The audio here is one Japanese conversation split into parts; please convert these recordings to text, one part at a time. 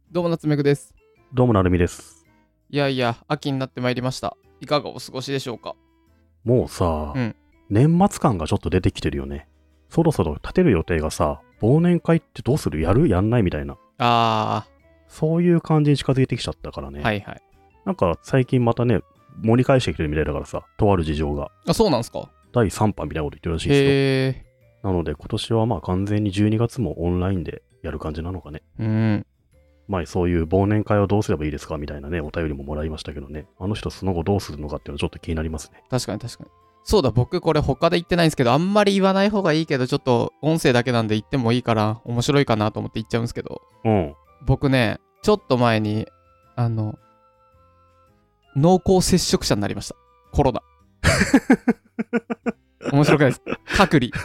どうも夏目くです。 どうもなるみです。 いやいや、秋になってまいりました。いかがお過ごしでしょうか。 もうさ、 うん。 年末感がちょっと出てきてるよね。そろそろ立てる予定がさ、忘年会ってどうする？やる？やんない？みたいな。そういう感じに近づいてきちゃったからね。 はいはい。 なんか最近またね、盛り返してきてるみたいだからさ、とある事情が。 あ、そうなんすか。 第3波みたいなこと言ってるらしいですよ。 へえ。 なので今年はまあ完全に12月もオンラインでやる感じなのかね。まあそういう忘年会をどうすればいいですかみたいなね、お便りももらいましたけどね。あの人その後どうするのかっていうのはちょっと気になりますね。 確かに。そうだ、僕これ他で言ってないんですけど、あんまり言わない方がいいけど、ちょっと音声だけなんで言ってもいいから面白いかなと思って言っちゃうんですけど、 うん。 僕ね、ちょっと前に、濃厚接触者になりました。コロナ。面白くないです。隔離。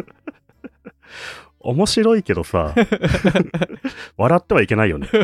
面白いけどさ、笑ってはいけないよね。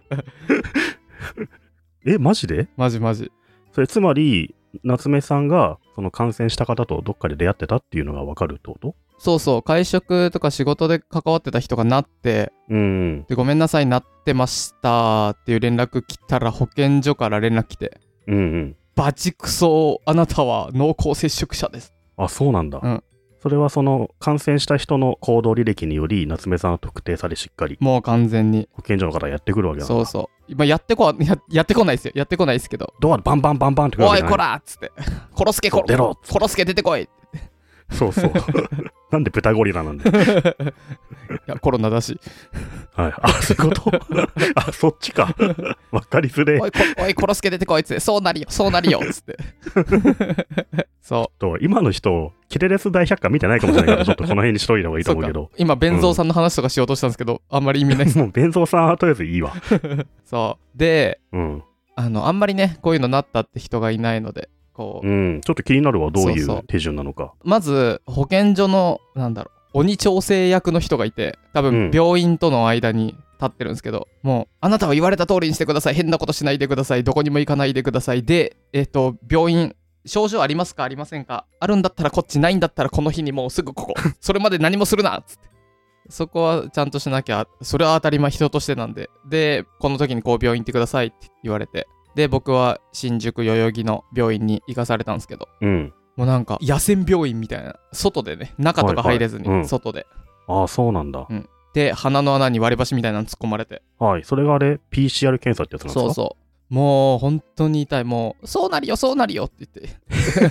マジで？ マジ。 それつまり、夏目さんがその感染した方とどっかで出会ってたっていうのがわかるってこと？ そうそう、会食とか仕事で関わってた人がなって、で、ごめんなさい、なってましたっていう連絡来たら保健所から連絡来て、バチクソ、あなたは濃厚接触者です。 あ、そうなんだ。 うん。 それはその感染した人の行動履歴により夏目さんは特定されしっかりもう完全に保健所の方がやってくるわけなんだ。 そうそう。今やってこないですよ。やってこないですけど。 ドアバンバンバンバンってくるわおいけじゃない。 こらっつって。殺すけ出ろ殺すけ出てこい。 そうそう。なんで豚ゴリラなんだよ。 いや、コロナだし。 はい。あ、そういうことあ、そっちか。わかりづれ。 おい殺すけ出てこいっつって。そうなるよっつって。そう。 今の人、キテレス大百科見てないかもしれないから、ちょっとこの辺にしといた方がいいと思うけど。 今、弁蔵さんの話とかしようとしたんですけど、あんまり意味ないです。 もう弁蔵さんはとりあえずいいわ。 そう。で、 うん。 あんまりね、こういうのなったって人がいないので、こう。 ちょっと気になるわ、どういう手順なのか。 まず、保健所の、鬼調整役の人がいて、多分、病院との間に立ってるんですけど、もう、あなたは言われた通りにしてください。変なことしないでください。どこにも行かないでください。で、病院、症状ありますか？ありませんか？あるんだったらこっち、ないんだったらこの日にもうすぐここ。それまで何もするなっつって。そこはちゃんとしなきゃ、それは当たり前、人としてなんで。で、この時にこう病院行ってくださいって言われて。で、僕は新宿代々木の病院に行かされたんですけど、もうなんか野戦病院みたいな、外でね、中とか入れずに、外で。 ああ、そうなんだ。 で、鼻の穴に割り箸みたいなの突っ込まれて。 はい、それがあれ、PCR 検査ってやつなんですか？ そうそう。もう本当に痛い。もう、そうなるよって言って。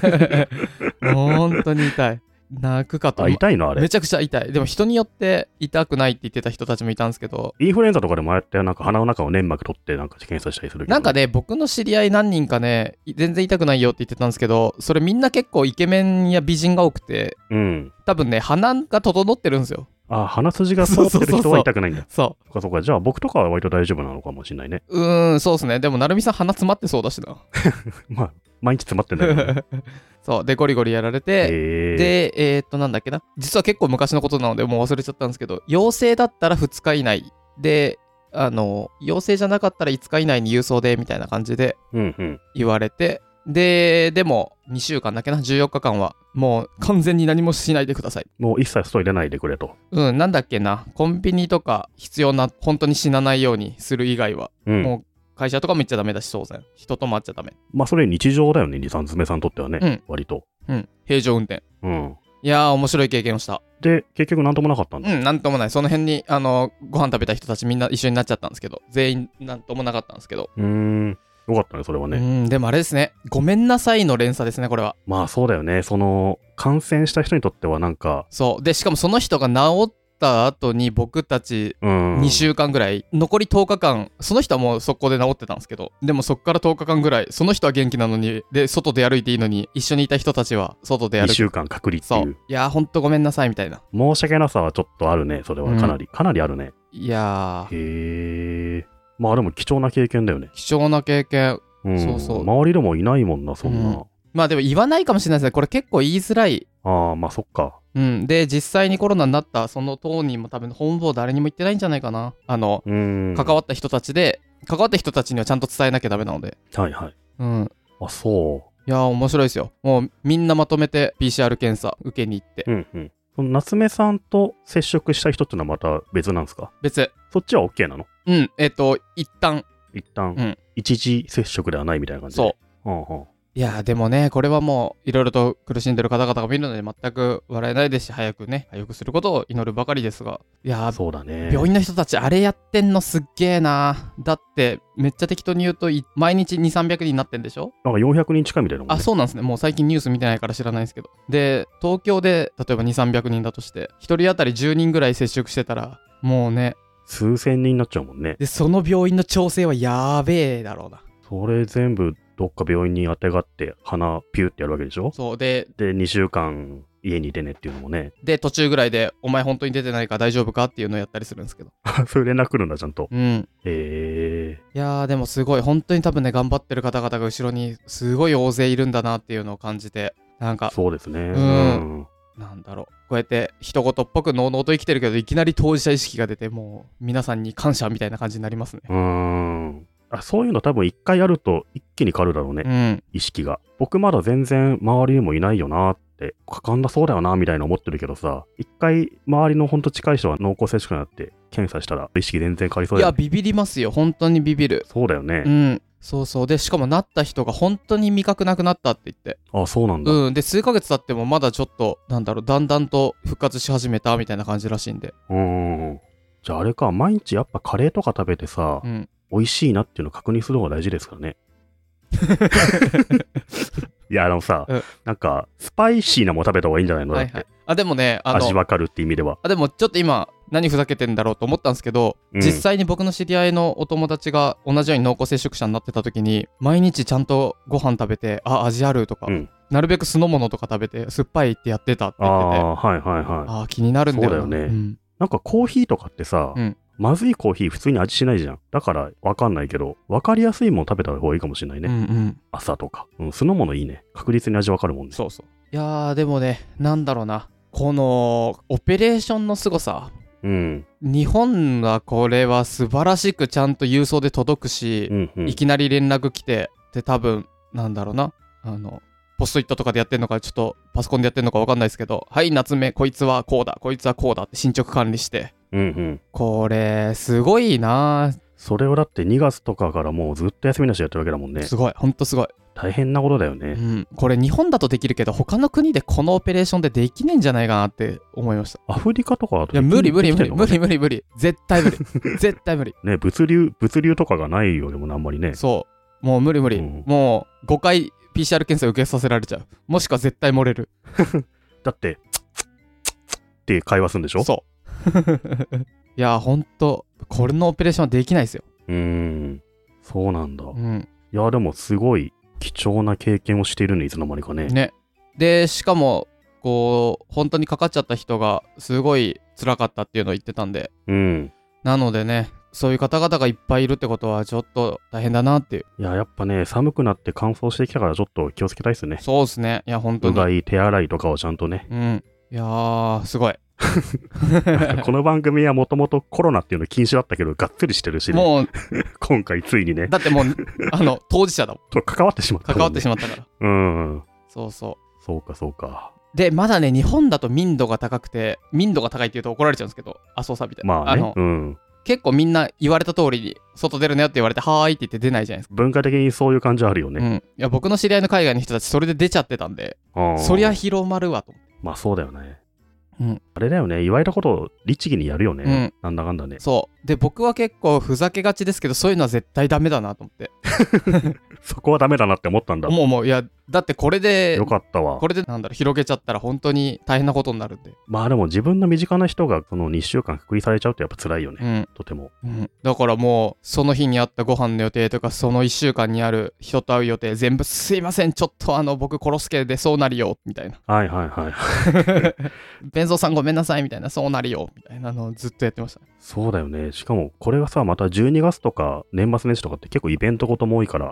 もう本当に痛い。泣くかと。 痛いのあれ。 めちゃくちゃ痛い。でも人によって痛くないって言ってた人たちもいたんですけど。 インフルエンザとかでもああやってなんか鼻の中を粘膜取ってなんか検査したりするけど、 なんかね、僕の知り合い何人かね、全然痛くないよって言ってたんですけど、それみんな結構イケメンや美人が多くて、多分ね、鼻が整ってるんですよ。 あ、鼻筋が通ってる人は痛くないんだ。 そう。 そうか。じゃあ僕とかは割と大丈夫なのかもしれないね。 そうですね。でも、なるみさん鼻詰まってそうだしな。 まあ、毎日詰まってんだけど、ね。 そう。で、ゴリゴリやられて、で、なんだっけな。実は結構昔のことなので、もう忘れちゃったんですけど、陽性だったら2日以内で、陽性じゃなかったら5日以内に郵送で、みたいな感じで言われて、でも、2週間だけな、14日間は、もう完全に何もしないでください。 もう一切外に出ないでくれと。 なんだっけな、コンビニとか必要な、本当に死なないようにする以外は、もう会社とかも行っちゃダメだし、当然。人とも会っちゃダメ。 まあ、それ日常だよね、三爪さんにとってはね、割と。 平常運転。いやー、面白い経験をした。 で、結局なんともなかったんだ。 なんともない。その辺に、ご飯食べた人たちみんな一緒になっちゃったんですけど、全員なんともなかったんですけど。 よかったね、それはね。 でもあれですね。ごめんなさいの連鎖ですね、これは。 まあそうだよね。その、感染した人にとってはなんか。 そう。で、しかもその人が治った後に僕たち2週間ぐらい、残り10日間、その人はもう速攻で治ってたんですけど、でもそっから10日間ぐらい、その人は元気なのに、で、外で歩いていいのに、一緒にいた人たちは外で歩いて。 2週間隔離っていう。 そう。いやー、ほんとごめんなさいみたいな。 申し訳なさはちょっとあるね、それはかなりあるね。 いやー。 へー。まあでも貴重な経験だよね。 貴重な経験。 そうそう。周りでもいないもんな、そんな。 まあでも言わないかもしれないですね。これ結構言いづらい。 ああ、まあそっか。 で、実際にコロナになったその当人も多分本部を誰にも言ってないんじゃないかな。関わった人たちにはちゃんと伝えなきゃダメなので。 はいはい。あ、そう。 いやー、面白いですよ。もうみんなまとめて PCR 検査受けに行って。 その夏目さんと接触した人ってのはまた別なんですか？ 別。 そっちは OK なの？ うん、一旦、 一時接触ではないみたいな感じで。 そう。いやでもね、これはもういろいろと苦しんでる方々が見るので全く笑えないですし、早くすることを祈るばかりですが、いやそうだね。 病院の人たちあれやってんのすっげえな。だってめっちゃ適当に言うと毎日2、300人になってんでしょ？ なんか400人近いみたいなもんね。 あ、そうなんですね。もう最近ニュース見てないから知らないんですけど。で、東京で例えば2、300人だとして、1人当たり10人ぐらい接触してたら、もうね、 数千人になっちゃうもんね。 で、その病院の調整はやべえだろうな。 それ全部どっか病院にあてがって鼻ピューってやるわけでしょ？ そうで 2週間家にいてねっていうのもね。 で途中ぐらいでお前本当に出てないか大丈夫かっていうのをやったりするんですけどそういう連絡来るんだちゃんと。 うん。いやでもすごい本当に多分ね頑張ってる方々が後ろにすごい大勢いるんだなっていうのを感じて、なんかそうですね。 なんだろう、こうやって人事っぽくのうのうと生きてるけどいきなり当事者意識が出て、もう皆さんに感謝みたいな感じになりますね。 そういうの多分一回やると一気に変わるだろうね、意識が。僕まだ全然周りにもいないよなってかかんだそうだよなみたいな思ってるけどさ、一回周りのほんと近い人が濃厚接触になって検査したら意識全然変わりそうだよね。 いやビビりますよ、本当にビビる。 そうだよね。 そうそう。でしかもなった人が本当に味覚なくなったって言って。 あ、そうなんだ。 で数ヶ月経ってもまだちょっとだんだんと復活し始めたみたいな感じらしいんで。 じゃああれか、毎日やっぱカレーとか食べてさ、美味しいなっていうのを確認する方が大事ですからね。いやさ、なんかスパイシーなもの食べた方がいいんじゃないの？だって。 あでもね、 味わかるって意味では。 でもちょっと今何ふざけてんだろうと思ったんですけど、実際に僕の知り合いのお友達が同じように濃厚接触者になってた時に、毎日ちゃんとご飯食べて、味あるとか、なるべく酢の物とか食べて酸っぱいってやってたって言ってて、気になるんだよな。 そうだよね。なんかコーヒーとかってさ、まずいコーヒー普通に味しないじゃん。だからわかんないけど、わかりやすいもの食べた方がいいかもしれないね。朝とか。酢の物いいね。確実に味わかるもんね。 そうそう。いやーでもね、なんだろうな。このオペレーションの凄さ。日本はこれは素晴らしくちゃんと郵送で届くし、いきなり連絡来て、で多分なんだろうな。ポストイットとかでやってんのかちょっとパソコンでやってんのか分かんないですけど、はい夏目こいつはこうだこいつはこうだって進捗管理して、これすごいな。 それをだって2月とかからもうずっと休みなしでやってるわけだもんね。 すごい、ほんとすごい。 大変なことだよね。 これ日本だとできるけど他の国でこのオペレーションでできねえんじゃないかなって思いました。 アフリカとかだといや無理絶対無理絶対無理ね。物流とかがないよでもあんまりね。 そうもう無理、もう5回PCR 検査受けさせられちゃう。もしくは絶対漏れる。 だってって会話するんでしょ？ そういやほんとこれのオペレーションはできないですよ。 そうなんだ。いやでもすごい貴重な経験をしているね、いつの間にかね。 でしかもこう本当にかかっちゃった人がすごい辛かったっていうのを言ってたんで、なのでね、そういう方々がいっぱいいるってことはちょっと大変だなっていう。 いややっぱね、寒くなって乾燥してきたからちょっと気をつけたいですね。 そうですね。いや本当にうがい手洗いとかをちゃんとね。 いやーすごいこの番組はもともとコロナっていうの禁止だったけどがっつりしてるしね。もう今回ついにね。 だってもう当事者だもん。 と関わってしまった、 関わってしまったから。 そうか。 でまだね日本だと民度が高くて、民度が高いって言うと怒られちゃうんですけど、麻生さんみたいな。 まあね。 結構みんな言われた通りに外出るなよって言われてはーいって言って出ないじゃないですか。 文化的にそういう感じあるよね。 いや僕の知り合いの海外の人たちそれで出ちゃってたんで、そりゃ広まるわと思って。 まあそうだよね。あれだよね、言われたことを律儀にやるよね、なんだかんだね。 そうで僕は結構ふざけがちですけど、そういうのは絶対ダメだなと思ってそこはダメだなって思ったんだ。 もういやだってこれでよかったわ。 これで広げちゃったら本当に大変なことになるんで。 まあでも自分の身近な人がその2週間隔離されちゃうとやっぱ辛いよね、とても、 だからもうその日にあったご飯の予定とか、その1週間にある人と会う予定全部すいませんちょっと僕殺すけでそうなるよみたいな弁蔵さんごめんなさいみたいな、そうなるよみたいなのをずっとやってました。 そうだよね。しかもこれがさ、また12月とか年末年始とかって結構イベントごとも多いから、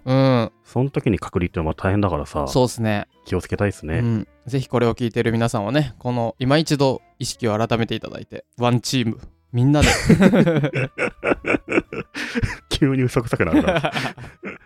その時に隔離っていうのは大変だからさ、 そうですね、 気をつけたいですね。 ぜひこれを聞いている皆さんはね、この今一度意識を改めていただいて、ワンチームみんなで急に嘘くさくなるから